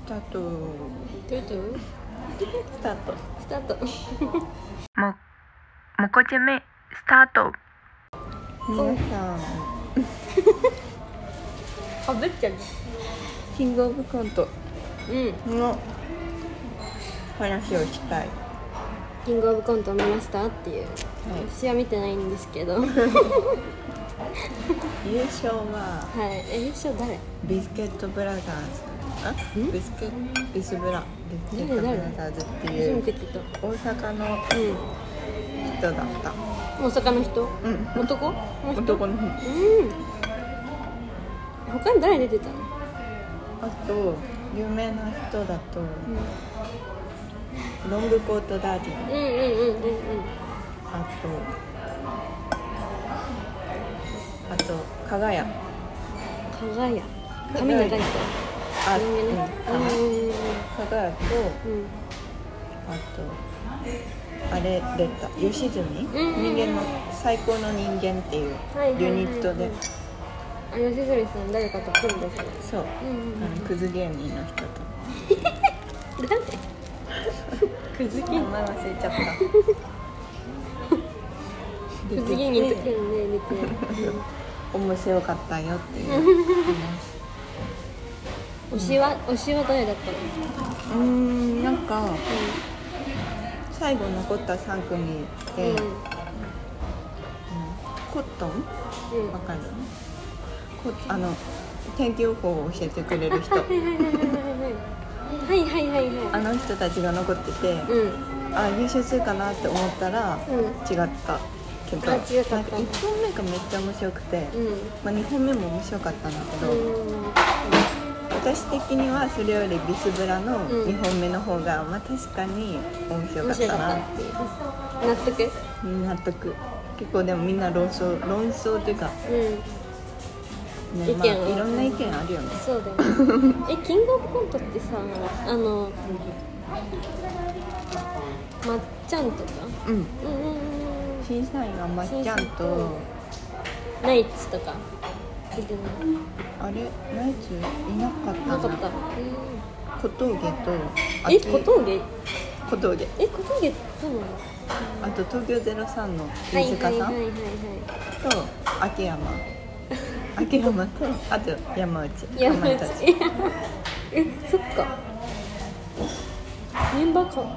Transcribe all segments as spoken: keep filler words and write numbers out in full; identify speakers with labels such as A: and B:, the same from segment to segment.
A: タート。
B: トゥトゥ
A: スタート。
B: スタート。
A: も、もこちゃめスタート。皆さん、
B: かぶっちゃう。
A: キングオブコント
B: うん。
A: の話をしたい。
B: キングオブコント見ましたっていう。
A: はい、
B: 私は見てないんですけど。はい。
A: 優勝は
B: え、優勝誰？
A: ビスケットブラザーズ。あ、
B: ん
A: ビスケビスブラビスケットブラザーズっていう
B: 初めて聞いた。
A: 大阪の
B: うん。
A: 人だった。
B: 大阪の人？
A: うん。
B: 男？
A: 男の人。
B: うん。他に誰出てたの？
A: あと有名な人だと、ロングコートダディ。
B: うんうんうんうんうん。
A: あとあと加賀谷。
B: 加賀谷。髪長い人。
A: あ、
B: 有名な。
A: うん、
B: うん
A: 加賀谷と、
B: うん。
A: あとあれ出た吉住、人間の最高の人間っていうユニットで、
B: あ、吉住さん誰かと組んでた。
A: そう、
B: うんうんうん、
A: あのクズ芸人の人と
B: 誰？クズ芸人。
A: 名前忘れちゃった。
B: クズ芸人と組んで見て
A: 面白かったよっていう話。
B: 推しは推しは誰だったの？
A: うーん、なんか、
B: う
A: 最後残ったさん組で、
B: ん。
A: うん、コットン
B: うん。うん。
A: わかる？こあの天気予報を教えてくれる人。
B: はいはいはいはいはい。
A: あの人たちが残ってて、
B: うん。
A: あ、優勝するかなって思ったら、
B: うん
A: 違ったけど、
B: あ違かった
A: なんかいっぽんめがめっちゃ面白くて、
B: うん。
A: まあ、にほんめも面白かったんだけど、
B: うん。
A: 私的にはそれよりビスブラの
B: うん
A: にほんめの方が、まあ、確かに面白かったなっていう。
B: 納得？
A: 納得。結構でもみんな論争論争っていうか、
B: うん。
A: ね、まあ、
B: 意見はい
A: ろんな意見あるよね。
B: そうだよね。え、キングオブコントってさ、あのまっちゃんとか、
A: うん。
B: うんうんうん、
A: 審査員はまっちゃんと、
B: ナイツとか出てない？
A: あれナイツいなかったな。
B: なかった。
A: 小峠と、
B: え、小峠？
A: 小峠。
B: え、小峠そうなの？
A: あと東京ゼロさんの
B: はい
A: 飯塚さん
B: はいはいはいはい。
A: と秋山。秋山とあと山内。
B: 山内。
A: かまいたち。
B: え、そっか。メンバーか。うん、そっか。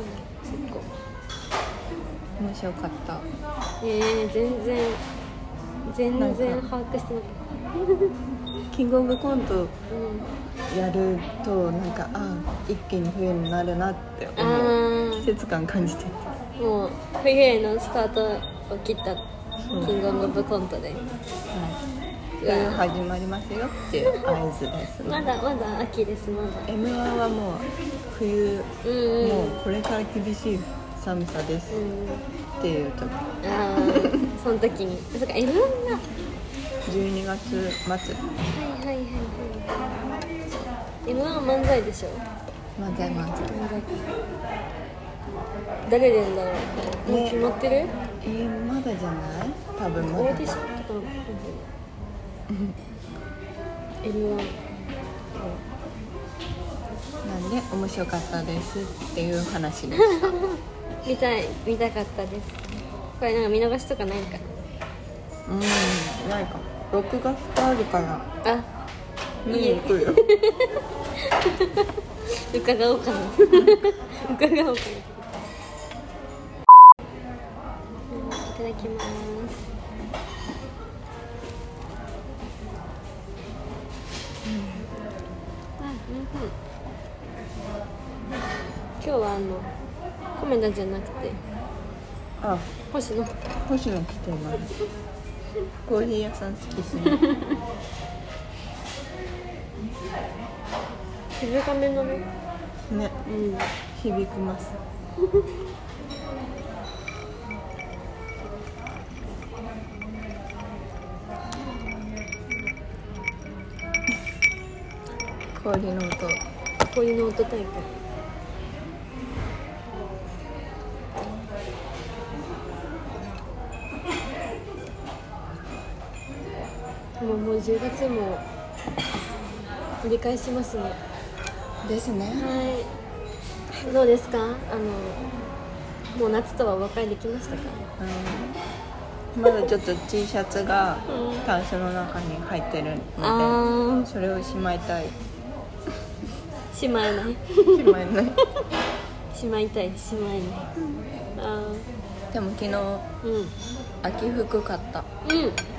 A: 面白かった。
B: えー、全然全
A: なん
B: 然
A: か
B: 把握してなかっ
A: キングオブコント
B: た。うん。
A: やるとなんかあ一気に冬になるなって
B: あ
A: 思う。
B: ー、
A: 季節感感じてて。
B: もう冬へのスタートを切ったキングオブコントで、
A: はい。冬始まりますよっていう合図ですね。
B: まだまだ秋ですまだ。
A: エムワン はもう冬、
B: うんうん。
A: もうこれから厳しい寒さです
B: うん。
A: っていう時、
B: ああ、その時に。そっか エムワン が。
A: じゅうにがつ末。
B: はいはいはいはい。エムワン は漫才でしょ。
A: 漫才漫才。
B: 漫才。誰出るんだろう。もう決まってる？
A: えー、まだじゃない？多分まだ。
B: オーディションとかの。エムワン。
A: なんで面白かったですっていう話でした。
B: 見たい見たかったです。これなんか見逃しとかないか
A: うん、ないかも。録画してあるから
B: なあ。
A: 見に行くよ。
B: 伺おうかな。伺おうかな。うん、いただきます。あ、うんうん。今日はあのコメダじゃなくて
A: あ、
B: 星野。
A: 星野来てます。コーヒー屋さん好きすぎる。
B: 静かめのね。
A: ね、
B: うん。
A: 響きます。氷の音。
B: 氷の音大会。もうもうじゅうがつも折り返しますね。
A: ですね。
B: はい。どうですか？あのもう夏とはお別れできましたか？
A: うん、まだちょっと T シャツがタンスの中に入ってるので、それをしまいたい。
B: しまえない。
A: しまえない。
B: しまいたい、しまえない。あ
A: でも昨日、うん、秋服買った、うん、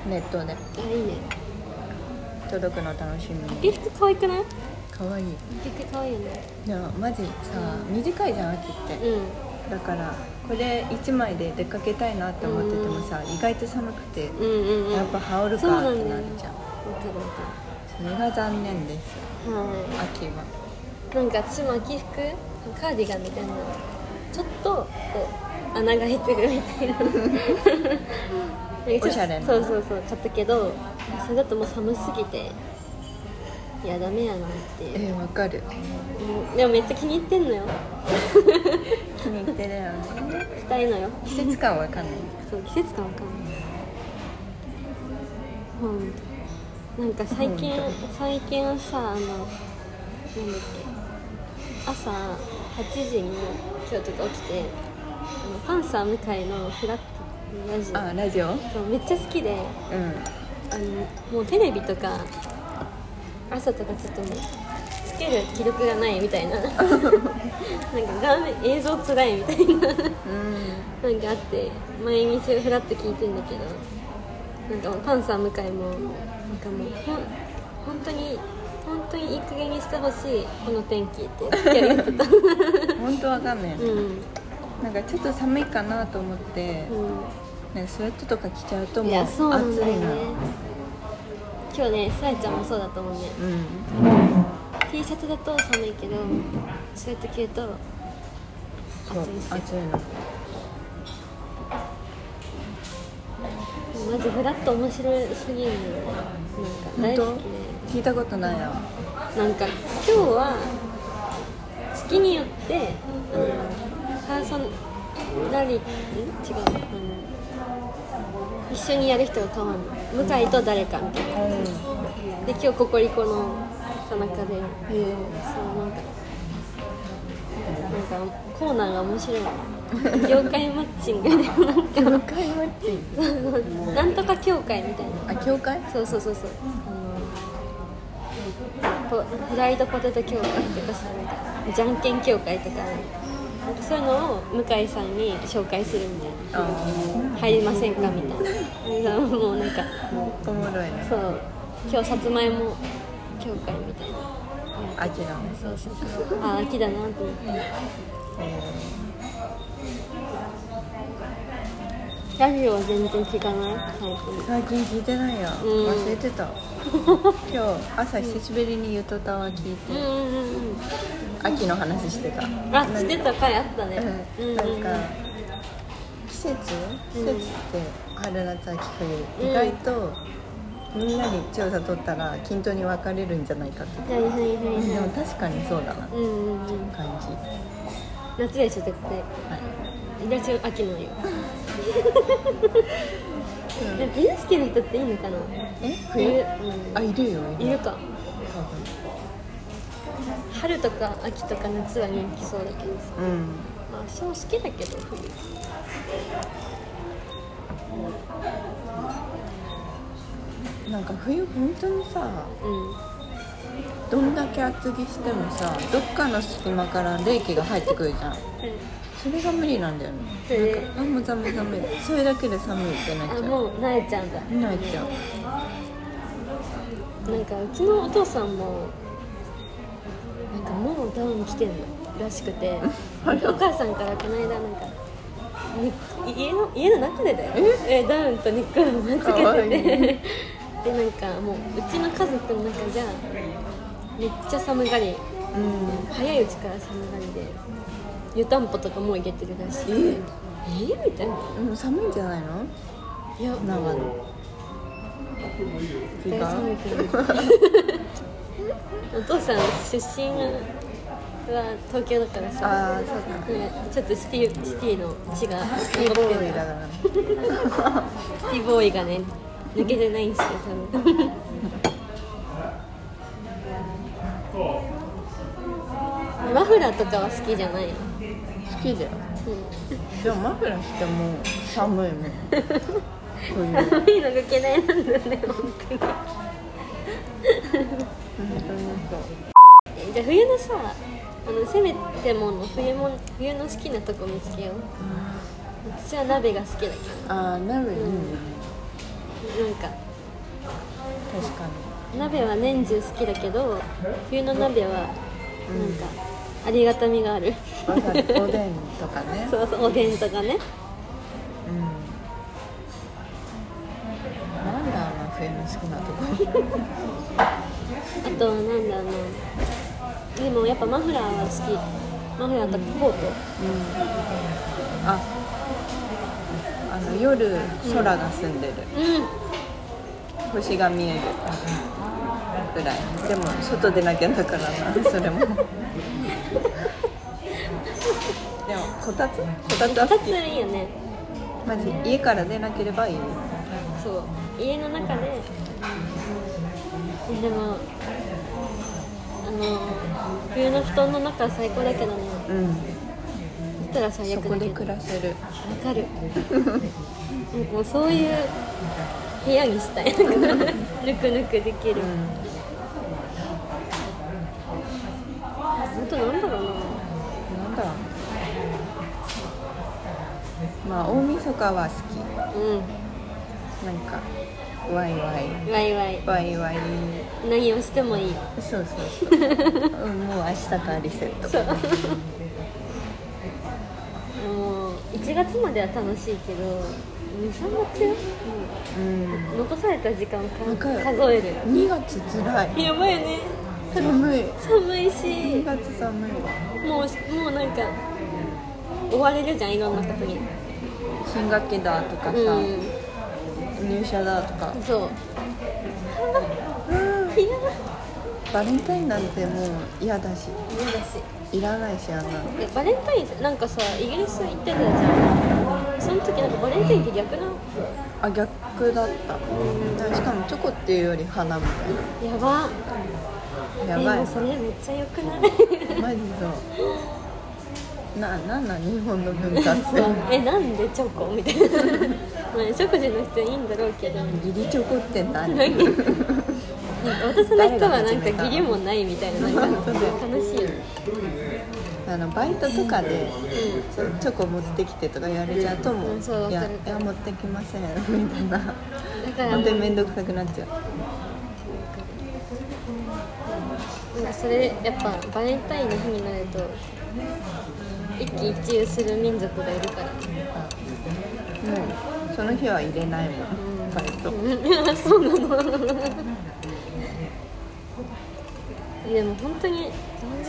A: ネットで。あ、
B: いいね。
A: 届くの楽しみに。
B: 秋服可愛くない？
A: 可愛い。
B: 秋服可愛いよね。
A: いやマジさ、うん、短いじゃん秋って、うん、だからこれいちまいで出かけたいなって思っててもさ、うん、意外と寒くて、うんうんうん、やっぱ羽織るかってなるじゃん。それが残念です、はい、秋は。
B: なんか私も秋服カーディガンみたいなちょっとこう穴が開いてるみたいな
A: おしゃれな。
B: そうそうそう買ったけど、それだともう寒すぎていやダメやなっていう。
A: えー、わかる。
B: もうでもめっちゃ気に入ってんのよ
A: 気に入ってるよね。
B: 着たいのよ。
A: 季節感わかんない。
B: そう季節感わかんない。うん、なんか最近最近さ、あのなんだっけ、朝はちじに今日ちょっと起きて、あのパンサー向井のフラットラジオ、
A: あ、ラジオ
B: そうめっちゃ好きで、うん、あのもうテレビとか朝とかちょっともうつける気力がないみたいななんか画面映像つらいみたいな、うん、なんかあって毎日フラッと聞いてんだけど、なんかもうパンサー向井もなんかもうほん本当に本当にいい加減にしてほしいこの天気って言ってた
A: 本当わかんない、うん、なんかちょっと寒いかなと思って、うん、なんかスウェットとか着ちゃうともう暑いな。
B: 今日ね、さやちゃんもそうだと思うね、うん、T シャツだと寒いけどスウェット着ると暑いんですよ。
A: 暑いの
B: マジフラット面白すぎるのよ。なんか大好きで
A: 聞いたことないな。
B: なんか今日は月によってあのパーソナリティ違うあの一緒にやる人が変わるの。向井と誰かみたいな、うん、で今日ココリコの田中で、えー、そうなんかなんかコーナーが面白い業界マッチングでなんか
A: 業界マッチング
B: なんとか協会みたいな。
A: あ、協会？
B: そうそうそうそう、あのフライドポテト協会とかさ、なんかじゃんけん協会とか、なんかそういうのを向井さんに紹介するみたいな。入りませんかみたいな。もうなんか
A: おもろいね。
B: そう、今日さつまいも協会みたいな。
A: 秋だね。
B: そうそうそう。あ、秋だなと思って。ラジオは全然聞かない？
A: 最近聞いてないや、うん、忘れてた今日朝久しぶりにゆとたわ聞いて、うんうんうん、秋の話してた。
B: あ、してた回あったね、
A: うん、なんか季節季節って春夏秋冬、うん、意外とみんなに調査取ったら均等に分かれるんじゃないかって、はいはいはいはい、でも確かにそうだなっていう感じ。
B: 夏でしょ絶対。はい。私は秋のよ。うん、冬好きな人っていいのかな。
A: え、冬、うん、あ、いるよ。
B: いるか。春とか秋とか夏は人気そうだけどさ。うん。まあ私も好きだけど冬。
A: なんか冬本当にさ、うん、どんだけ厚着してもさ、どっかの隙間から冷気が入ってくるじゃん。うん、それが無理なんだよね。なんかあ、もう寒い寒い、それだけで寒いってなっちゃう。
B: あ、もう慣れちゃうんだ。
A: 慣れちゃ
B: う。なんかうちのお父さんもなんかもうダウン着てんのらしくてお母さんからこの間なんか家の家の中でだよ。ええ、ダウンとニックをつけててでなんかもううちの家族の中じゃめっちゃ寒がり、うん、早いうちから寒がりで湯たんぽとかもう入れてるらしい。ええみたいな。
A: うん、寒いんじゃないの？
B: いや、
A: 長野
B: 絶対寒いけどお父さん出身は東京だからさ、あ、そうか、ね、ちょっとシティ、シティの血が
A: シティボーイだから
B: シティボーイがね抜けてないんですよ多分マフラーとかは好きじゃないの？
A: 好きだよ、うん、でもマフラーしても寒いもん
B: 寒いのが嫌いなんだよね、本当にじゃあ冬のさ、あのせめてもの冬も冬の好きなとこ見つけよう、うん、私は鍋が好きだけど。
A: ああ、鍋、うん、なんか
B: 確か
A: に
B: 鍋は年中好きだけど、冬の鍋はなんかありがたみがある、
A: うん、おでんとかね
B: そうそう、おでんとかね、
A: うん、なんだろうな、冬の好きなとこ
B: あとなんだろうな、でもやっぱマフラーは好き。マフラーとかコート、うん、
A: ああの夜空が澄んでる、うん、星が見えるぐらい。でも外出なきゃだからな、それもでもこたつこたつは好き。
B: こたついいよね、
A: マジ。家から出なければいい。
B: そう、家の中で。でもあの冬の布団の中は最高だけどね、うん、だったら最悪だけど、そこで
A: 暮らせる。わ
B: かるもうそういう部屋にしたいぬくぬくできる、うん、あとなんだろうな、なんだろ
A: う、まあ大晦日は好き、うん、なんかワイワイ
B: ワイワイ
A: ワイワイ
B: 何をしてもいい。
A: そうそうそう、うん、もう明日からリセット。そう
B: もういちがつまでは楽しいけどに、さんがつよ、うん、残された時間か数える。
A: にがつつらい。
B: やばいよね、
A: 寒い
B: 寒いし、
A: にがつ寒いわ。
B: もうもうなんか追われるじゃん、いろんなことに。
A: 新学期だとかさ、うん、入社だとか。そう、うん、バレンタインなんてもう嫌だし
B: 嫌だし
A: いらないし、あんなの。
B: バレンタインなんかさ、イギリス行ってたじゃん、その時なんかバレンタインって逆な。
A: あ、逆だった、うん、しかもチョコっていうより花みたいな。や
B: ば
A: やばい、
B: えー、それめっちゃ良くない
A: マジそうな、なんなん日本の文化って
B: え、なんでチョコみたいなまあ食事の人いいんだろうけど、
A: 義理チョコって何
B: 私の人はなんか義理もないみたいな、なんか悲しいよね。
A: あのバイトとかで、うん、チョコ持ってきてとか言われちゃうともう、うん、そういや、いや持ってきませんみたいな。だから本当に面倒くさくなっちゃう。
B: なんかそれやっぱバレンタインの日になると一喜一憂する民族がいるから、
A: もうその日は入れないもん、うん、バイト。
B: いや、そうなのでも本当に全然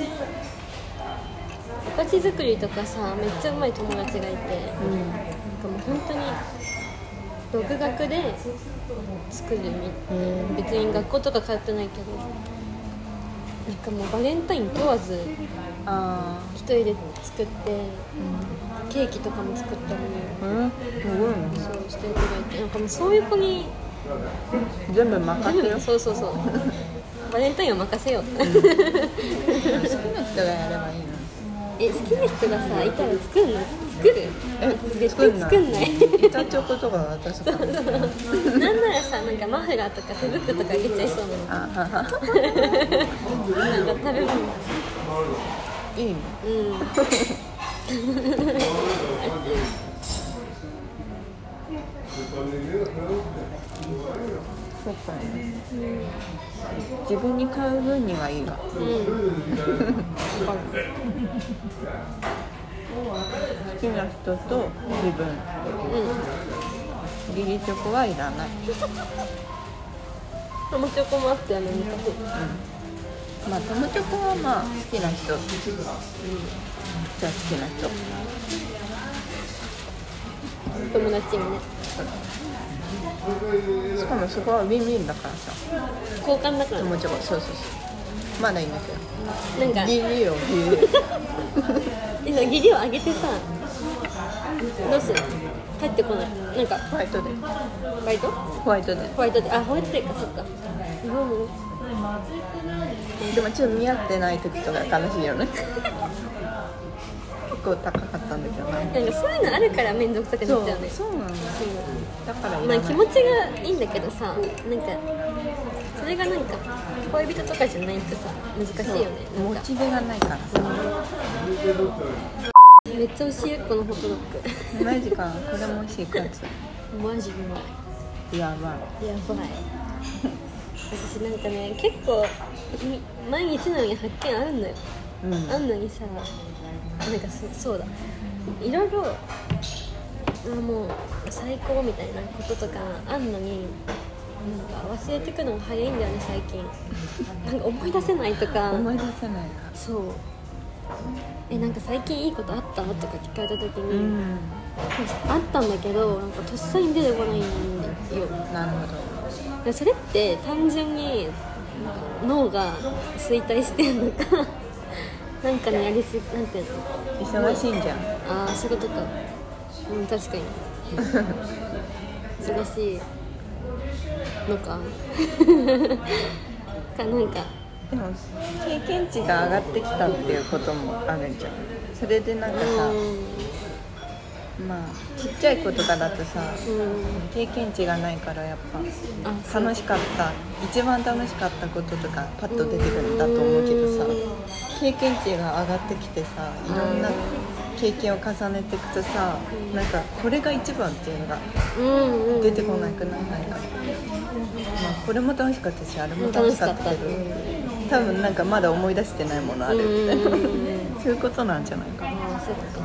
B: お菓子作りとかさ、めっちゃうまい友達がいて、うん、なんかもう本当に独学で作るみ、うん、別に学校とか通ってないけど、なんかもうバレンタイン問わずあ一人で作って、うん、ケーキとかも作ったり、うん、そうしてる子がいて、なんかもうそういう子に
A: 全部任せよう。
B: そうそうそうバレンタインを任せよう好きな
A: 人がやればいいの。
B: え、好きな人がさいたら作るの？作る？
A: え、
B: 絶対作んない。
A: 板チョコとか渡すから。なんな
B: らさ、なんかマフラーとか手袋とかあげちゃいそうなの。あはは。なんか食べ物
A: いいの？うん。そうかね、うん、自分に買う分にはいいわ、うん、好きな人と自分、うん、義理チョコはいらない。
B: 友チョコもあってやめみたい、うん、
A: まあ友チョコはまあ好きな人、うん、じゃあ好きな人、
B: 友達にね。
A: しかもそこはウィンウィンだからさ、
B: 交換だから、
A: 友チョコ、そうそうそう、まだいいんですよ。
B: なんか
A: ギリよ
B: ギリギリをあげてさ、どうする？帰ってこない。なんか
A: ホワイトで
B: ホワイト？
A: ホワイトで
B: ホワイトで、あ、ホワイトでか、そっか。日本も
A: でもちょっと見合ってない時とか悲しいよね結構高かったんだけどな。
B: なんかそういうのあるから面倒くさくなっちゃうね。
A: そうそうなんだ。だからいら
B: まあ
A: ない。
B: 気持ちがいいんだけどさ、なんかそれがなんか恋人とかじゃないとさ難しいよね。なんか
A: モチベがないからさ。
B: めっちゃ美味しいこのホットドッグ。
A: マジか。これも美味しいかつ。
B: マジうまい。
A: やばい。
B: やばい。私なんかね結構毎日のように発見あるのよ。
A: うん。
B: あんのにさ、なんか そ, そうだいろいろあもう最高みたいなこととかあんのになんか忘れてくのが早いんだよね最近。なんか思い出せないとか。
A: 思い出せない。
B: そうえなんか最近いいことあったとか聞かれた時に、
A: うん。
B: あったんだけどなんかとっさに出てこないんよ。
A: なるほど。
B: でそれって単純に脳が衰退してんのかなんかねやりすぎなんていうの
A: 忙しいんじゃん。
B: ああそういうことか。うん確かに忙しいのかかなんか
A: でも経験値が上がってきたっていうこともあるんじゃん。それでなんかさ、まあちっちゃい子とかだとさ、
B: うん
A: 経験値がないからやっぱ
B: あそう
A: 楽しかった一番楽しかったこととかパッと出てくるんだと思うけどさ、経験値が上がってきてさいろんな経験を重ねていくとさ、なんかこれが一番っていうのが出てこなくない？なんか、まあ、これも楽しかったしあれも楽しかったけど多分なんかまだ思い出してないものあるみたいなそういうことなんじゃないかな。
B: ああそうか確か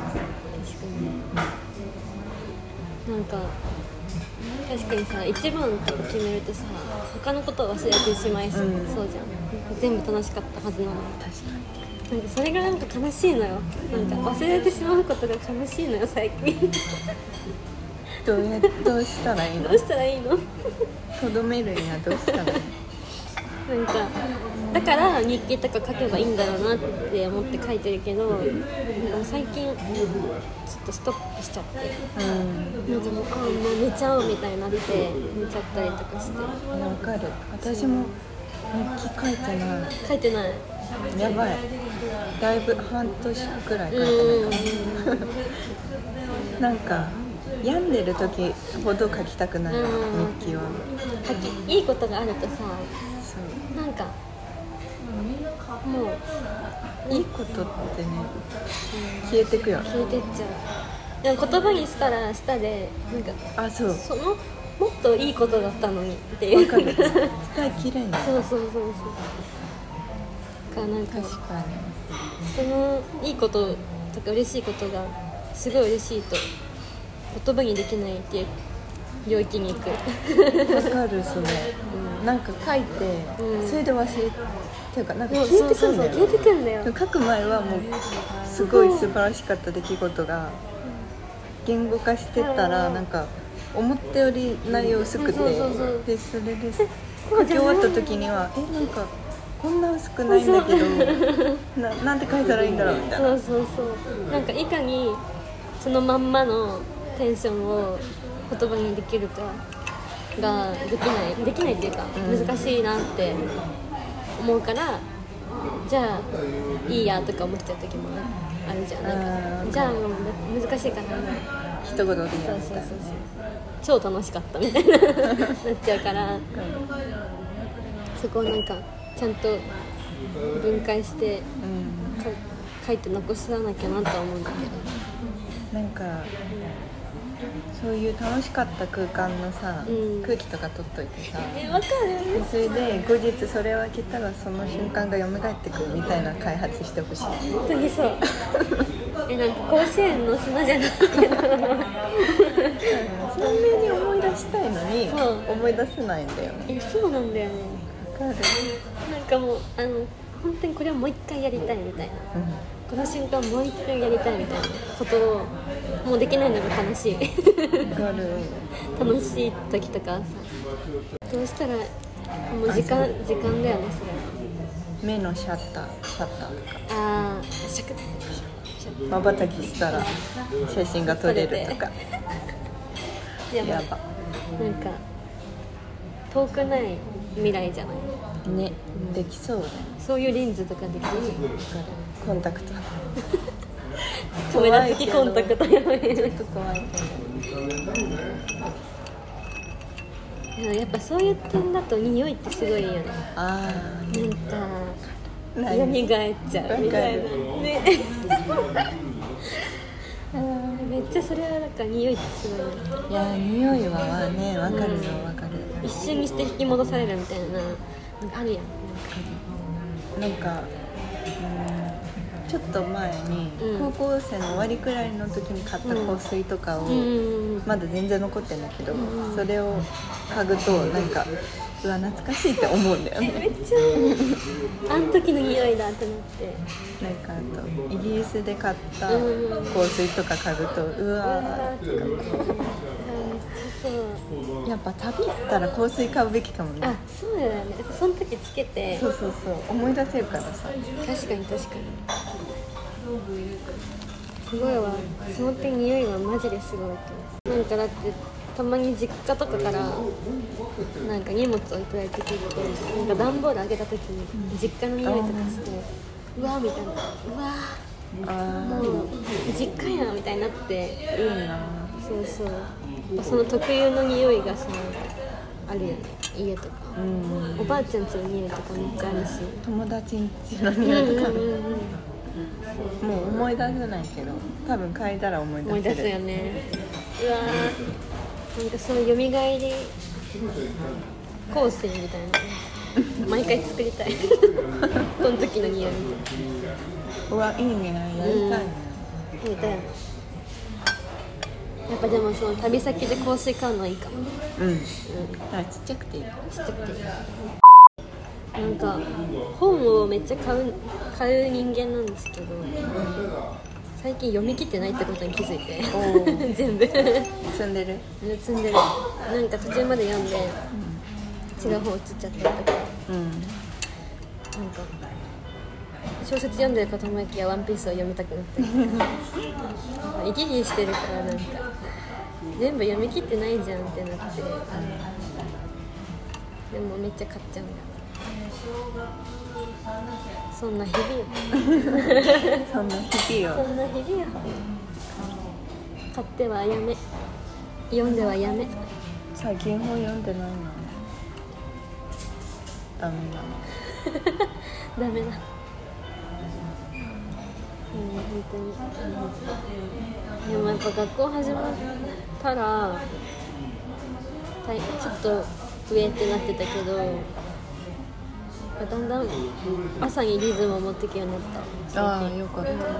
B: になんか確かにさ一番とか決めるとさ他のことを忘れてしまいそう、うん、そうじゃん全部楽しかったはずなのに。
A: 確かに
B: なんかそれがなんか悲しいのよ。なんか忘れてしまうことが悲しいのよ最近
A: どうやどうしたらいいの？
B: どうしたらいいの？
A: とどめるにはどうしたらいいの？
B: なんかだから日記とか書けばいいんだろうなって思って書いてるけど、なんかもう最近ちょっとストップしちゃって、うん、なんかもうあもう寝ちゃうみたいになって寝ちゃったりとかして。
A: わかる。私も日記書いてない。
B: 書いてない。
A: やばい。だいぶ半年くらい書いてないかも。なんか病んでる時ほど書きたくない、日記は。
B: 書きいいことがあるとさ、
A: そう
B: なんかもう
A: いいことってね、消えてくよ。
B: 消えてっちゃう。でも言葉にしたらしたでなんか
A: あそう。
B: そのもっといいことだったのにっていう。
A: わかる。伝えきれない。
B: そうそうそうそう。かなんか
A: 確かに
B: そのいいこととか嬉しいことがすごい嬉しいと言葉にできないっていう領域に行く。
A: わかるそれ、うん、なんか書いて、うん、それで忘れていうかなんか消えてくんだよ。
B: 消えてくんだよ。
A: 書く前はもうすごい素晴らしかった出来事が言語化してたらなんか思ったより内容薄くて、でそれで書き終わった時にはえなんかこんな薄くないんだけどな, なんて書いたらいいんだろうみたいな。
B: そうそうそうなんかいかにそのまんまのテンションを言葉にできるかができないできないっていうか、うん、難しいなって思うからじゃあいいやとか思っちゃう時もあるじゃん。なんかじゃあもう難しいから
A: 一言でやるみたいな。
B: そうそうそうそう超楽しかったみたいななっちゃうから、うん、そこをなんかちゃんと分解して、うん、書いて残さなきゃなとは思うんだけど、
A: なんか、うん、そういう楽しかった空間のさ、うん、空気とか取っといてさ、
B: えわかる。
A: それで後日それを開けたらその瞬間が蘇ってくるみたいな開発してほしい。
B: 本当にそうえなんか甲子園の砂じゃないけどそんな
A: に思い出したいのに思い出せないんだよね。
B: えそうなんだよね。
A: わかる。
B: なんかもうあの本当にこれをもう一回やりたいみたいな、うん、この瞬間もう一回やりたいみたいなことをもうできないのが悲しい。わか
A: る。
B: 楽しい時とかさどうしたらもう時間時間だよねそれは。
A: 目のシャッターシャッターとか
B: ああシャク
A: まばたきしたら写真が撮れるとか
B: やば。なんか遠くない未来じゃない。
A: ね、うん、できそうね。
B: そういうレンズとかできるじゃん。
A: コンタクト
B: カメラ付きコンタクトやばいちょっと
A: 怖い
B: けど、やっぱそういう点だと匂いってすごいいいよね。
A: あ
B: あ、なんかよみがえっちゃうみたいなねめっちゃそれはなんか匂いってすごいね。
A: いや匂いはね、わかるよわかる、
B: うん、一瞬にして引き戻されるみたいな、なんかあるやん。
A: なんか、うん、ちょっと前に、うん、高校生の終わりくらいの時に買った香水とかを、うん、まだ全然残ってんだけど、うん、それを嗅ぐとなんかうわ懐かしいって思うんだよね
B: めっちゃあの時の匂いだってなって、
A: なんかあとイギリスで買った香水とか嗅ぐと、うん、うわーってやっぱ旅行ったら香水買うべきかもね。
B: あ、そうだよね。その時つけて
A: そうそうそう思い出せるからさ。
B: 確かに確かにすごいわ。その点匂いはマジですごいと。なんかだってたまに実家とかからなんか荷物を送られてきて、なんか段ボール開けた時に実家の匂いとかして、うわーみたいな、うわーもう実家やんみたいになって、
A: いいな。
B: そうそうその特有の匂いがさあるよね、家とか、うん、おばあちゃん家の匂いとかめっちゃあるし、
A: 友達ん家の匂いとか、うんうんうん、もう思い出せないけど多分嗅いだら思い出せる。
B: 思い出すよね。うわーなんかそういう蘇り香水みたいな毎回作りたいこの時の匂いみたいな。
A: うわいいね、やりたいね、うん、や
B: りたい。やっぱでもその旅先で香水買うのはいいかも。
A: うん、うん、あちっちゃくていい。ちっ
B: ちゃくていい。なんか本をめっちゃ買う買う人間なんですけど、うん、最近読み切ってないってことに気づいて全部
A: 積んでる
B: 積んでる。なんか途中まで読んで、うん、違う本移っちゃったりとか、うん、なんか小説読んでるかと思いきやワンピースを読みたくなって生き生きしてるからなんか全部読み切ってないじゃんってなって、でもめっちゃ買っちゃうんだ。そんな日々よ
A: そんな日々よ
B: そんな日々よ。買ってはやめ、読んではやめ。
A: 最近本読んでないな。ダメだ
B: ダメだ。うん、本当に。でもやっぱ学校始まったらちょっと上ってなってたけど、だんだん朝にリズムを持っていくようになった。
A: ああ、よかった。わかる。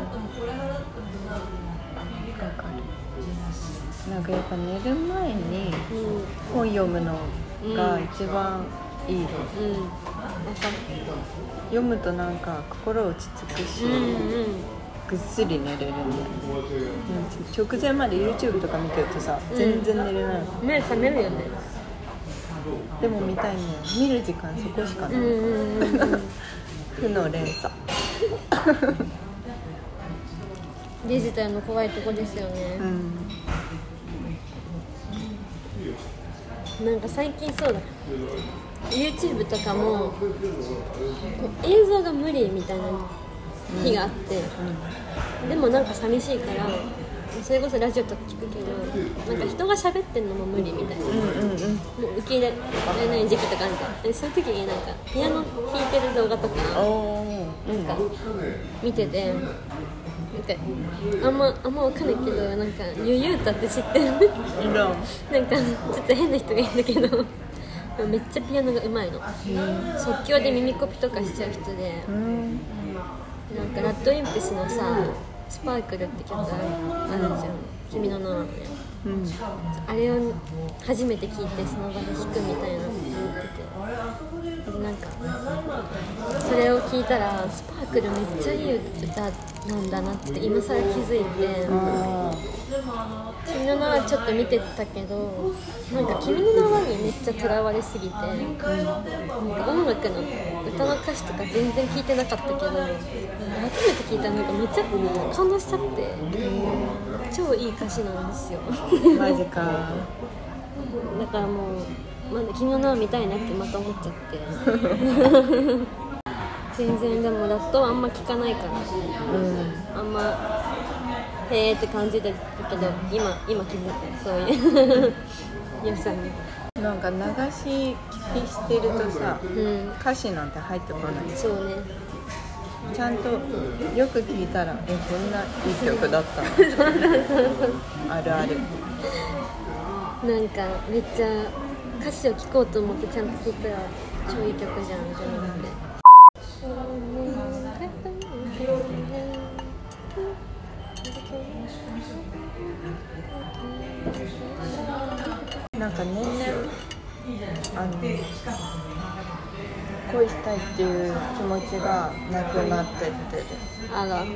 A: なんかやっぱ寝る前に本読むのが一番いい。うん、うん、読むとなんか心落ち着くし、うんうん、ぐっすり寝れるんだよね。直前まで YouTube とか見てるとさ、うん、全然寝れない。
B: 目覚めるよね。
A: でも見たいね。見る時間そこしかない。負の連鎖
B: デジタルの怖いとこですよね、うん、なんか最近そうだ YouTube とかも映像が無理みたいな日があって、うん、でもなんか寂しいからそれこそラジオとか聞くけど、なんか人が喋ってんのも無理みたいな、うんうんうん、もう受け入れられない時期とかあるから、そういう時になんかピアノ弾いてる動画とかなんか見てて、なんかあんまあんまわかんないけど、なんかゆゆうたって知ってるなんかちょっと変な人がいるんだけどめっちゃピアノが上手いの、うん、即興で耳コピとかしちゃう人で、うん、なんかラッドインプスのさスパークルって曲あるじゃん、君の名はね、うん、あれを初めて聴いてその場で弾くみたいなのって言ってて、なんかそれを聞いたらスパークルめっちゃいい歌なんだなって今更気づいて、君の名はちょっと見てたけど、なんか君の名はにめっちゃとらわれすぎて、なんか音楽の歌の歌詞とか全然聞いてなかったけど、改めて聞いたらなんかめっちゃ感動しちゃって、超いい歌詞なんですよ
A: マジか。
B: だからもうまだ着物を見たいなってまた思っちゃって全然でもラットはあんま聞かないから、うん、あんまへーって感じだけど今今気づいてそういう良さに
A: なんか流し聞きしてるとさ、うん、歌詞なんて入ってこない。
B: そうね。
A: ちゃんとよく聞いたらえこんないい曲だったのあるある。
B: なんかめっちゃ歌詞を聴こうと思ってちゃんと聴いたら超いい曲じゃんみたいなので
A: なんか年々あの恋したいっていう気持ちがなくなってってる。
B: あら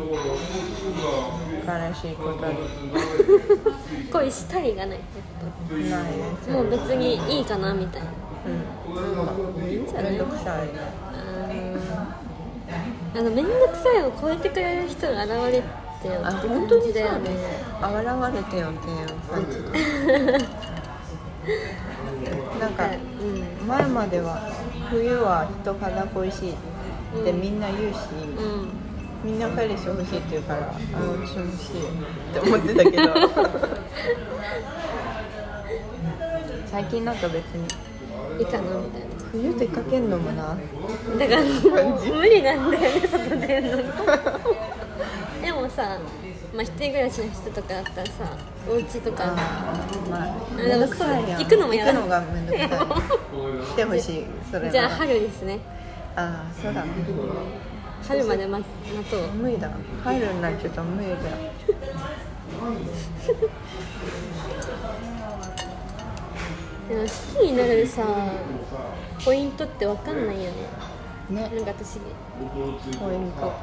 A: 悲しいことに
B: 恋したいがない
A: ない
B: ですもう別にいいかなみたいな。
A: うん、いいんじゃない。めんどくさい。
B: あのめんどくさいを超えてくれる人が現れてよって感じだよね。
A: 現れてよっていう感じなんか、うん、前までは冬は人肌恋しいってみんな言うし、うん、みんな彼氏欲しいって言うからあ私も欲しいって思ってたけど最近なんか別に
B: いいかなみたいな。
A: 冬出かけんのもな
B: だからもう無理なんだよね外出るのでもさ、まあ、一人暮らしの人とかだったらさお家とか
A: あ、まあ、めんどくさいやん。
B: 行くのもやだ。
A: 行くのがめんどくさい来てほしい。それは
B: じゃあ春ですね。
A: ああそうだね。
B: 春まで待とう。
A: 無理だ。春になっちゃうと無理だ
B: でも好きになるさポイントって分かんないよね。
A: ね。
B: なんか私
A: ポイント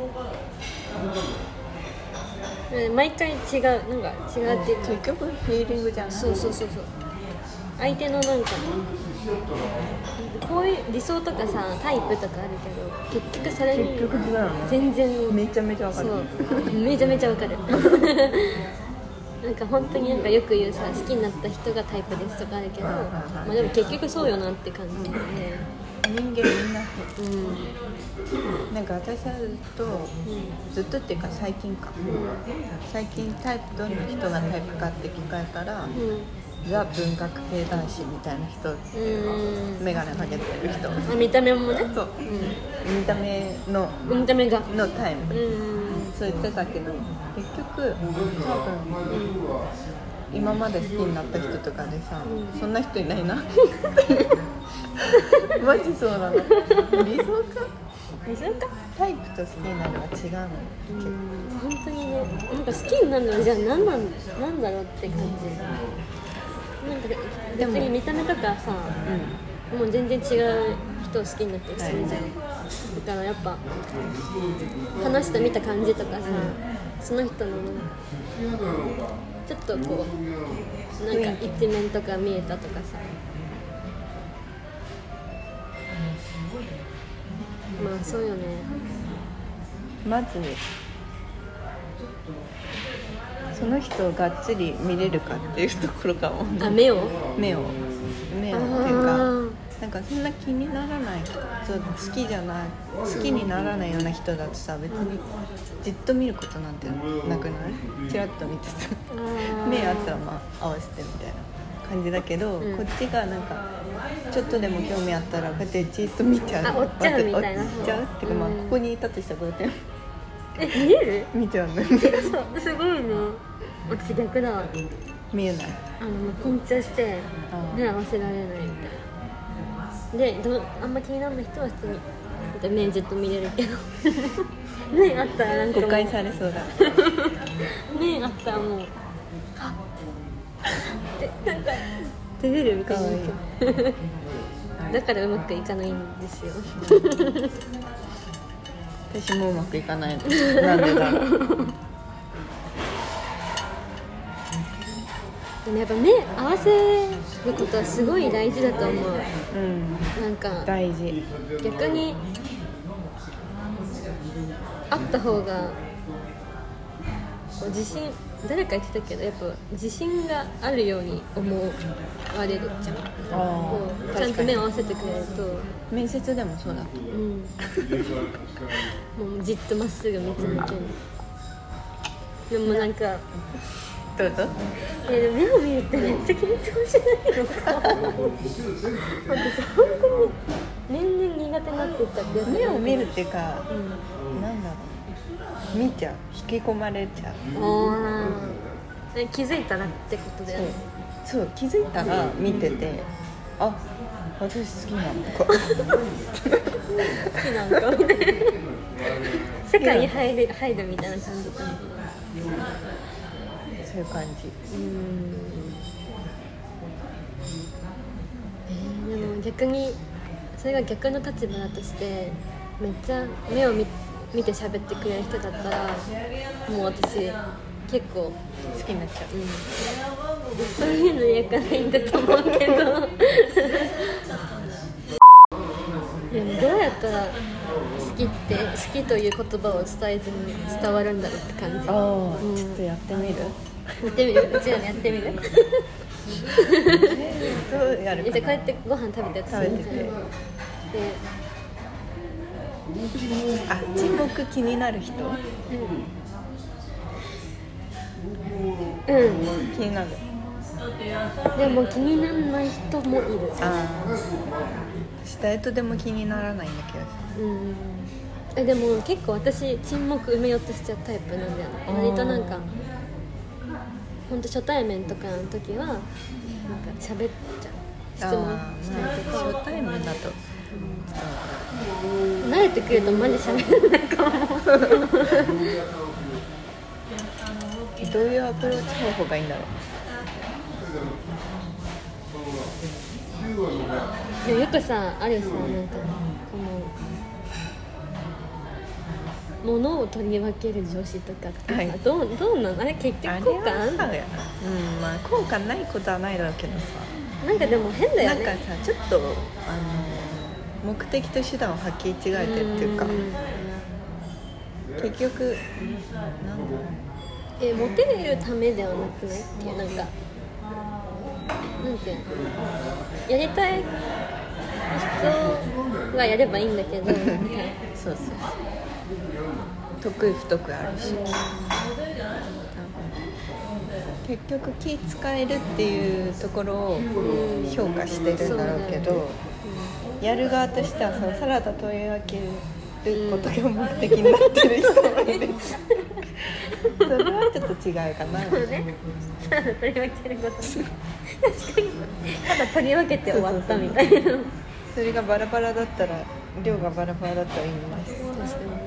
B: 毎回違うなんか違うっていうか
A: 結局フィーリングじゃない。
B: そうそうそうそう相手のなんかこういう理想とかさタイプとかあるけど結局それに全然
A: めちゃめちゃわかる。
B: そうめちゃめちゃわかるなんか本当になんかよく言うさ好きになった人がタイプですとかあるけど、まあ、でも結局そうよなって感じで、
A: 人間みんなそう、うん、なんか私はずっと、うん、ずっとっていうか最近か、うん、最近タイプどんな人がタイプかって聞かれたら、うん、ザ文学系男子みたいな人、うん、眼鏡かけてる人、
B: あ見た目もね
A: そう、うん、見た目の
B: 見た目が
A: のタイプ、
B: うん
A: そう言ってたけど結局多分、うん、今まで好きになった人とかでさ、うん、そんな人いないなマジそうなの。理想か
B: 理想か
A: タイプと好きになるは違うの。
B: うん本当にねなんか好きになるのはじゃあ何なんなんだろうって感じ。なんか別に見た目とかさ、うん、もう全然違う人を好きになったりするじゃん、はい、だからやっぱ話して見た感じとかさ、うん、その人のちょっとこうなんか一面とか見えたとかさ、まあそうよね。
A: まずその人をがっつり見れるかっていうところかも。
B: あ目を
A: 目を目をっていうかなんかそんな気にならないそう好きじゃない好きにならないような人だとさ別にじっと見ることなんてなくないチラッと見てさ目あったらまあ合わせてみたいな感じだけど、うん、こっちがなんかちょっとでも興味あったらこうやってじっと見ちゃう。
B: あ追っちゃうみたいな。
A: 追っちゃうっていうか、まあここにいたとしたらこうやって
B: え見える
A: 見ちゃうんだよ
B: ね。すごいね。私逆だ。
A: 見えない。
B: あの緊張して目合わせられないみたいな。でどあんま気にならない人は普通に目ずっと見れるけど目あったらなんか
A: 誤解されそうだ
B: 目あったらもうはっってなんか照れるみたいなだからうまくいかないんですよ
A: 私もうまくいかないのなんでだろう
B: でもやっぱ目合わせることはすごい大事だと思う、うん、なんか
A: 大事。
B: 逆にあった方がこう自信誰か言ってたけどやっぱ自信があるように思われるじゃん。こうちゃんと目を合わせてくれると。
A: 面接でもそうだった。
B: うん、もうじっとまっすぐ見つめてる。でもなんか
A: どうぞ。
B: えでも目を見るってめっちゃ緊張しないのか。私本当に年々苦手になってっちゃって。
A: 目を見るっていうか、
B: うん、
A: なんだろう、見ちゃう、引き込まれちゃう。
B: ああ、気づいたらってことだよね。
A: そう、そう気づいたら見てて、あ、私好きなのか好
B: きなのかみたいな世界に入る入るみたいな感じかな。
A: そういう感じ。
B: うーん、えー、でも逆にそれが逆の立場だとしてめっちゃ目を 見, 見て喋ってくれる人だったらもう私結構
A: 好きになっちゃう、
B: うん、そういうの嫌かないんだと思うけどでもどうやったら好きって好きという言葉を伝えずに伝わるんだろうって感じ。
A: ああ、
B: うん、
A: ちょっとやってみる
B: やってみるうちらでやってみる
A: どうやるかな。
B: じゃあこうやってご飯食べてやつ
A: 食べててで、あ、沈黙気になる人、
B: うん、うん、
A: 気になる。
B: でも気にならない人もいる。
A: ああ、私誰とでも気にならないんだけどさ。
B: うん、えでも結構私沈黙埋めようとしちゃうタイプなんだよね。割となんかほんと初対面とかの時はなんか喋っちゃう、質問したりとか。
A: 初対面だと、
B: うん、慣れてくるとマジ喋れないかも
A: どういうアプローチ方法がいいんだろう。
B: でもよくさあるよさ、なんかこの物を取り分ける女子とかってさ、はい、どうどうなのあれ結局効果あんの？うん、
A: まあ効果ないことはないだろうけどさ、
B: なんかでも変だよね。
A: なんかさちょっとあの目的と手段をはっきり違えてるっていうか、結局なんだろう、
B: えモテるためではなくないっていう、なんかなんていうの、やりたい人がやればいいんだけど
A: そうそう、得意不得意あるし、結局気使えるっていうところを評価してるんだろうけど、うん、やる側としてはそのサラダ取り分けることが目的になってる人もいる、うん、それはちょっと違うかな。
B: そうね、サラダ取り分けること確かにただ取り分けて終わったみたいな。そうそうそう、
A: それがバラバラだったら、量がバラバラだったらいいんです。
B: 確かに。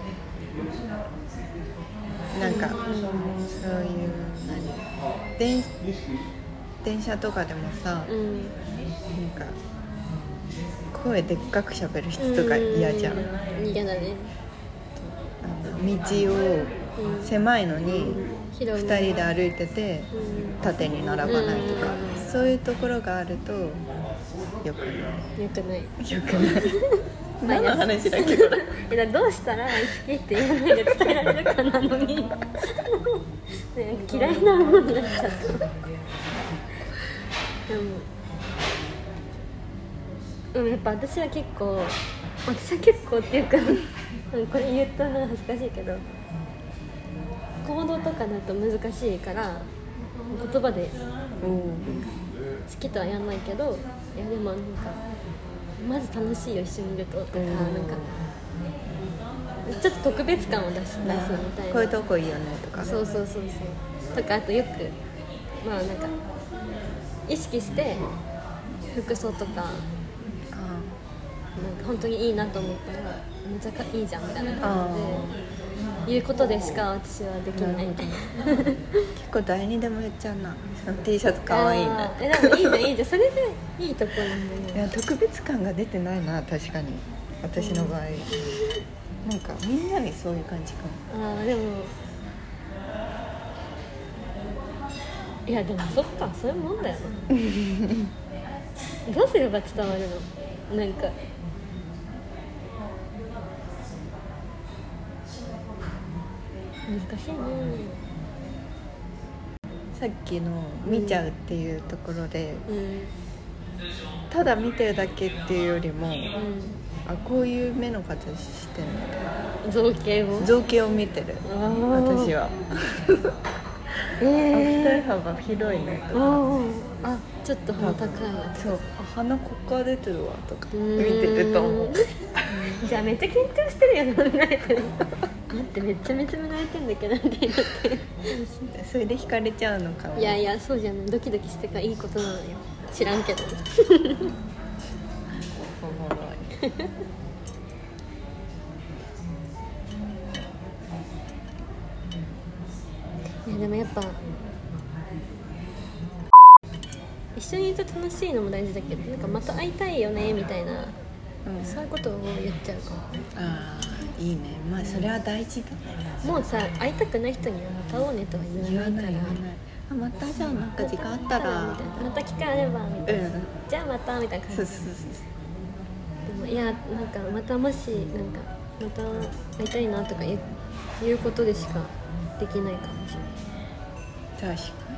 A: なんか、うん、そういう何 電, 電車とかでもさ、うん、なんか声でっかく喋る人とか嫌じゃん。
B: 嫌だね。
A: あの道を狭いのにふたりで歩いてて縦に並ばないとか、そういうところがあるとよくない。
B: よくない。
A: よくない。何の話だっけど
B: だどうしたら好きって言わないで伝えられるかなのに嫌いなものになっちゃった。でもでもやっぱ私は結構私は結構っていうかこれ言ったのが恥ずかしいけど、行動とかだと難しいから言葉で好きとは言わないけど、いやでもなんかまず楽しいよ一緒にいるととか、なんかちょっと特別感を出し出すみたいな、
A: こういうとこいいよねとか、
B: そうそうそうそうとか、あとよくまあなんか意識して服装とか、なんか本当にいいなと思ったらめっちゃいいじゃんみたいな感じでいうことでしか私はできないみたいな。
A: 結構誰にでも言っちゃうな、その T シャツかわいいな。
B: えでもいいじゃんいいじゃん、それでいいとこなんだよ。
A: いや特別感が出てないな、確かに私の場合、うん、なんかみんなにそういう感じかも。
B: ああでもいやでもそっか、そういうもんだよな。どうすれば伝わるの？なんか難しいね。
A: さっきの見ちゃうっていうところで、
B: うん、
A: ただ見てるだけっていうよりも、
B: うん、
A: あこういう目の形してるの
B: 造形を
A: 造形を見てる私は。えー、二重幅広いねとか、
B: あちょっと鼻高いな、
A: そう、あ鼻こっから出てるわとか見てると思う。
B: じゃあめっちゃ緊張してるやん、見られてる待ってめっちゃめちゃ見られてんだけどみたいになって
A: それで惹かれちゃうのかも。
B: いやいやそうじゃない、ドキドキしてからいいことなのよ、知らんけど
A: おもろい
B: いやでもやっぱ一緒にいると楽しいのも大事だけど、なんかまた会いたいよねみたいな、うん、そういうことを言っちゃうかも。
A: ああいいね、まあそれは大事だ、
B: うん、もうさ会いたくない人にはまた会おうねとは言わないから、
A: あまたじゃあなんか時間あったら
B: みたいな、また機会あればみたいな、うん、じゃあまたみたいな感じ。
A: そうそうそう
B: でもいやなんかまたもしなんかまた会いたいなとか言う、言うことでしかできないかもしれない。
A: 確かに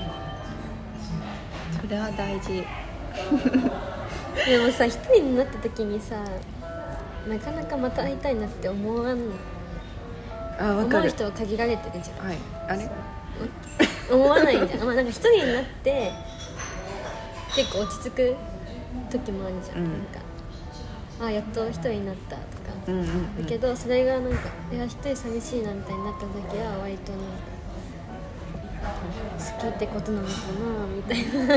A: それは大事
B: でもさ一人になった時にさなかなかまた会いたいなって思わん
A: あ分かる
B: 思う人は限られてるじゃん。
A: はいあれ
B: 思わないじゃんまあなんか一人になって結構落ち着く時もあるじゃん、うん、なんかあやっと一人になったとか、
A: うんうんうん、
B: だけどそれがなんかいや一人寂しいなみたいになった時は割となんか好きってことなのかなみたいな、うん、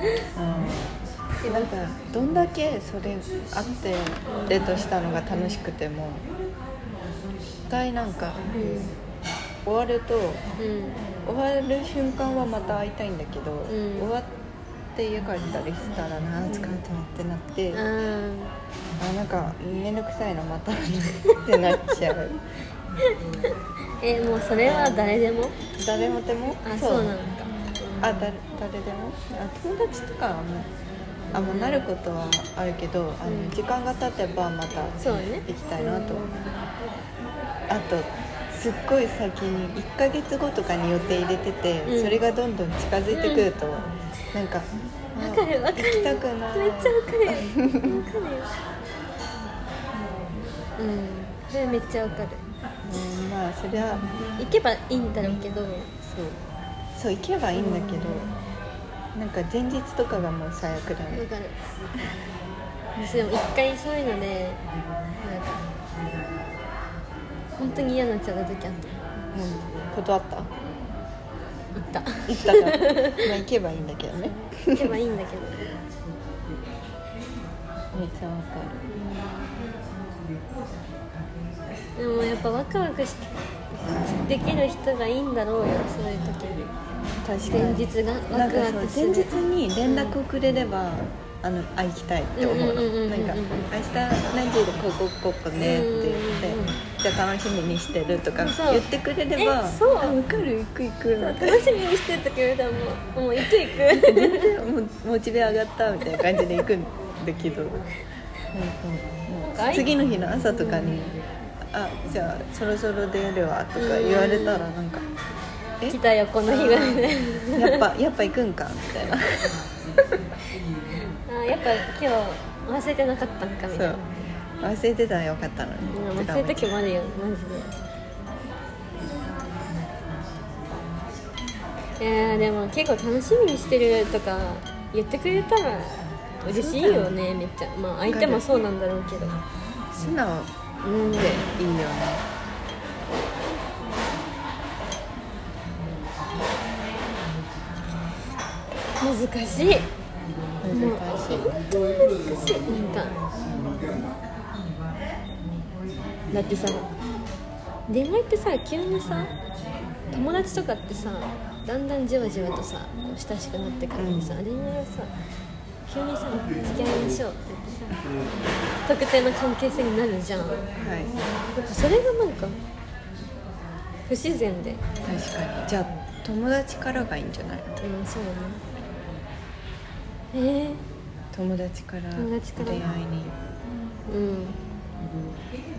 A: なんかどんだけそれあってデートしたのが楽しくても一回なんか、うん、終わると、うん、終わる瞬間はまた会いたいんだけど、うん、終わって家帰ったりしたらな疲れたってなって、うん、あなんかめんどくさいなまたってなっちゃう
B: えもうそれは誰でも
A: 誰もでも
B: あそうなのか
A: あ誰誰でもあ友達とかはもうあもうなることはあるけど、うん、あの時間が経てばまた行きたいなと、ね、あとすっごい先にいっかげつごとかに予定入れてて、うん、それがどんどん近づいてくると、うん、なんか
B: 分かる分かる
A: 行きたくない
B: めっちゃ分かるよ分かるようんそれめっちゃ分かる
A: うん、まあそれは
B: 行けばいいんだろうけど、そう
A: そう行けばいいんだけど、うん、なんか前日とかがもう最悪だね。
B: わかるでも一回そういうのでなんか本当に嫌になっちゃった時あった。うん
A: 断った？
B: 行った
A: 行ったからまあ行けばいいんだけどね
B: 行けばいいんだけど
A: めっちゃわかる、
B: でもやっぱワクワクしできる人がいいんだろうよ、そういう時に。
A: 確かに
B: 前日がワクワクする。
A: 前日に連絡をくれれば、うん、あの会いたいって思うの。なんか明日何時でここここねって言って、じゃあ楽しみにしてるとか言ってくれれば、
B: そう
A: 分かる行く行く
B: 楽しみにしてるとき言うたらもうもう行く行く
A: 全然もうモチベ上がったみたいな感じで行くんだけど、次の日の朝とかに。あじゃあそろそろ出るわとか言われたらなんか
B: え来たよこの日がね
A: やっぱやっぱ行くんかみたいな
B: あやっぱ今日忘れてなかったんかみたいな。
A: 忘れてたらよかったのに、
B: うん、忘れた時もあるよマジで。いやでも結構楽しみにしてるとか言ってくれたら嬉しいよね、めっちゃ。まあ相手もそうなんだろうけど
A: 素直うんでいいよね。
B: 難しい難しい本当に難しい。なんかだってさ恋愛ってさ急にさ友達とかってさだんだんじわじわとさこう親しくなってからにさ、うん、恋愛はさ急にさ付き合いましょうって言ってさ特定の関係性になるじゃん、はい、なんかそれがなんか不自然で。
A: 確かに。じゃあ友達からがいいんじゃない？
B: うんそうだね。えー、
A: 友達から恋愛に
B: うん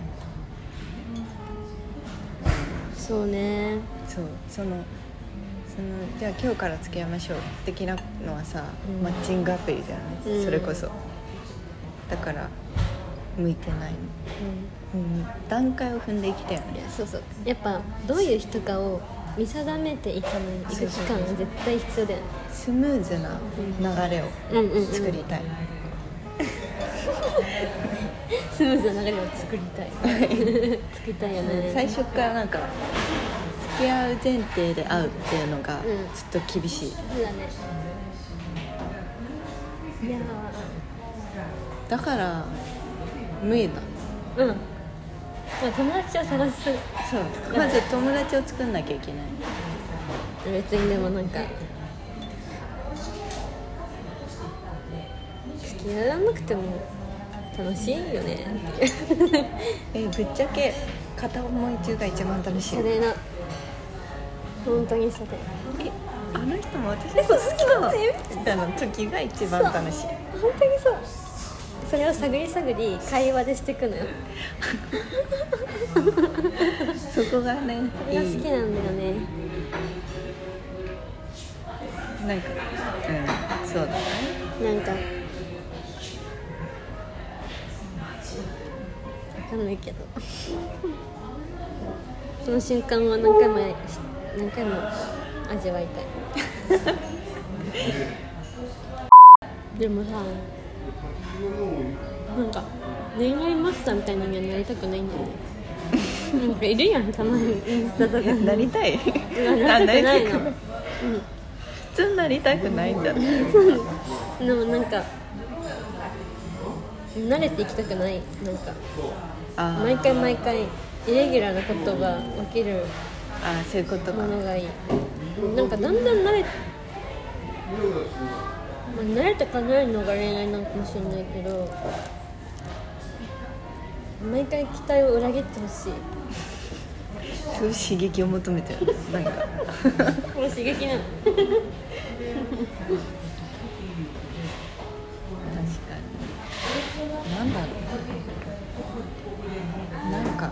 B: そうね。
A: そうそのそそのじゃあ今日から付き合いましょう的なのはさ、
B: うん、
A: マッチングアプリだよね、うん、それこそだから向いてないの、うんうん、段階を踏んでいきたいよね。
B: そうそう、やっぱどういう人かを見定めていかないいく期間は絶対必要だよね。
A: スムーズな流れを作りたい、うんうんうん
B: スムーズな流れを作りたい作りたいよね。
A: 最初からなんか付き合う前提で会うっていうのがちょっと厳しい、うん、
B: そうだね。いや
A: だから無理だ。
B: うん、まあ、友達を探す。そう、
A: まず友達を作んなきゃいけない。
B: 別にでもなんか付き合わなくても楽しいよね
A: え、ぶっちゃけ片思い中が一番楽しい。
B: それな、本当にそうだよ。
A: え、あの人も私のこと好きなのみたいな時が一番楽しい。
B: 本当にそう。それを探り探り会話でしていくのよ
A: そこがね、
B: それが好きなんだよね。
A: なんか、うん、そうだね。
B: なんかわかんないけどその瞬間を何回も何回も味わいたいでもさ、なんか恋愛マスターみたいなのにはなりたくないんだよねなんかいるやん、たまにインスタとか
A: なりたい
B: なりたくないの、うん、
A: 普通なりたくないんだね
B: でもなんか慣れていきたくない。なんかあ毎回毎回イレギュラーなことが起きる
A: あ、そういうことか。
B: ものがいい。なんかだんだん慣れ、まあ、慣れてかなるのが恋愛なのかもしれないけど、毎回期待を裏切ってほしい。
A: そういう刺激を求めてるなんか
B: これ刺激なの確か
A: に。なんだろう、なんか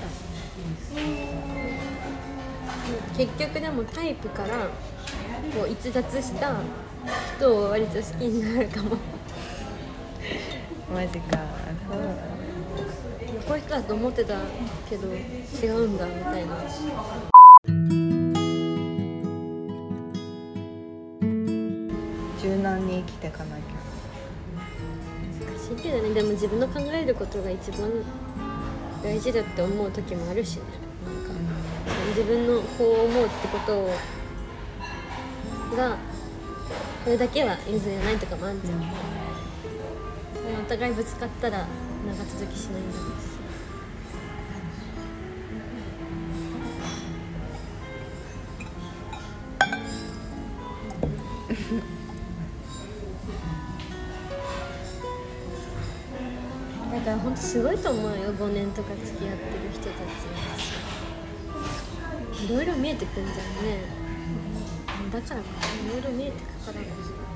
B: 結局でもタイプからこう逸脱した人を割と好きになるかも
A: マジか。そう
B: こういう人だと思ってたけど違うんだみたいな。
A: 柔軟に生きていかなきゃ。
B: 難しいけどね。でも自分の考えることが一番大事だって思う時もあるしね。なんか、うん、自分のこう思うってことをがこれだけは譲れないとかもあるじゃん、うん、お互いぶつかったら長続きしないんだろうしだから本当すごいと思うよ。ごねんとか付き合ってる人たちいろいろ見えてくるんじゃんね、うん、だからこそいろいろ見えてくからこ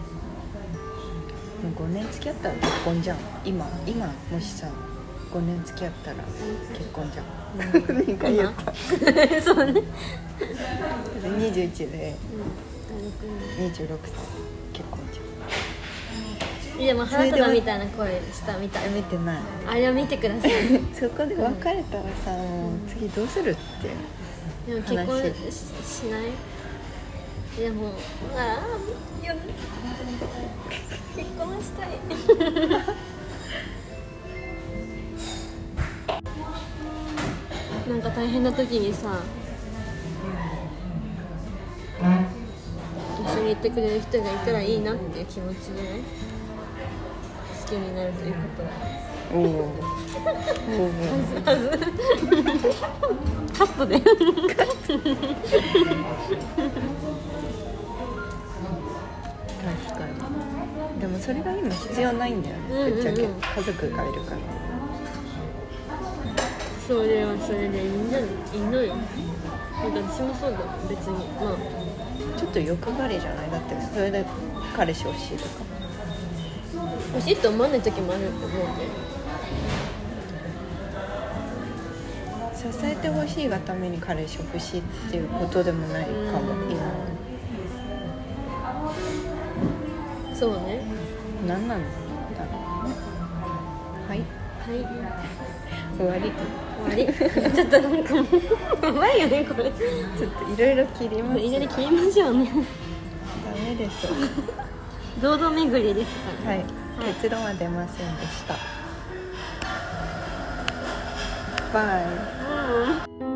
A: そもうごねん付き合ったら結婚じゃん。今今もしさごねん付き合ったら結婚じゃん、うん、にかい言った
B: そうね
A: にじゅういちで、
B: うん、
A: にじゅうろくさい結婚じゃん。
B: でも花束みたいな声したみたい。
A: 見てない。
B: あれを見てください
A: そこで別れたらさ、もう次どうするって
B: でも結婚 し, しないいやもうああよ結婚したいなんか大変な時にさ一緒にいてくれる人がいたらいいなっていう気持ちでね好きになるということはおおおおはずはずカットで確
A: かに。でもそれが今必要ないんだよね、うんうんうん、ぶっちゃけ家族がいるから。
B: それはそれでいいんじゃないいいのよ。私もそうだもん別に。まあ
A: ちょっと欲張りじゃない。だってそれで彼氏欲しいとか
B: 欲しいと思わない時もあると思うんで、
A: 支えてほしいがために彼氏欲しいっていうことでもないかも、今
B: そうね。
A: 何なの多分ね。はい
B: はい
A: 終わり
B: 終わりちょっとなんかもうやばいよねこれ。
A: ちょっといろいろ切ります。
B: いろいろ切りましょうね。
A: ダメでしょ
B: 堂々巡りですから、
A: はい、結論は出ませんでした。バイ。
B: うん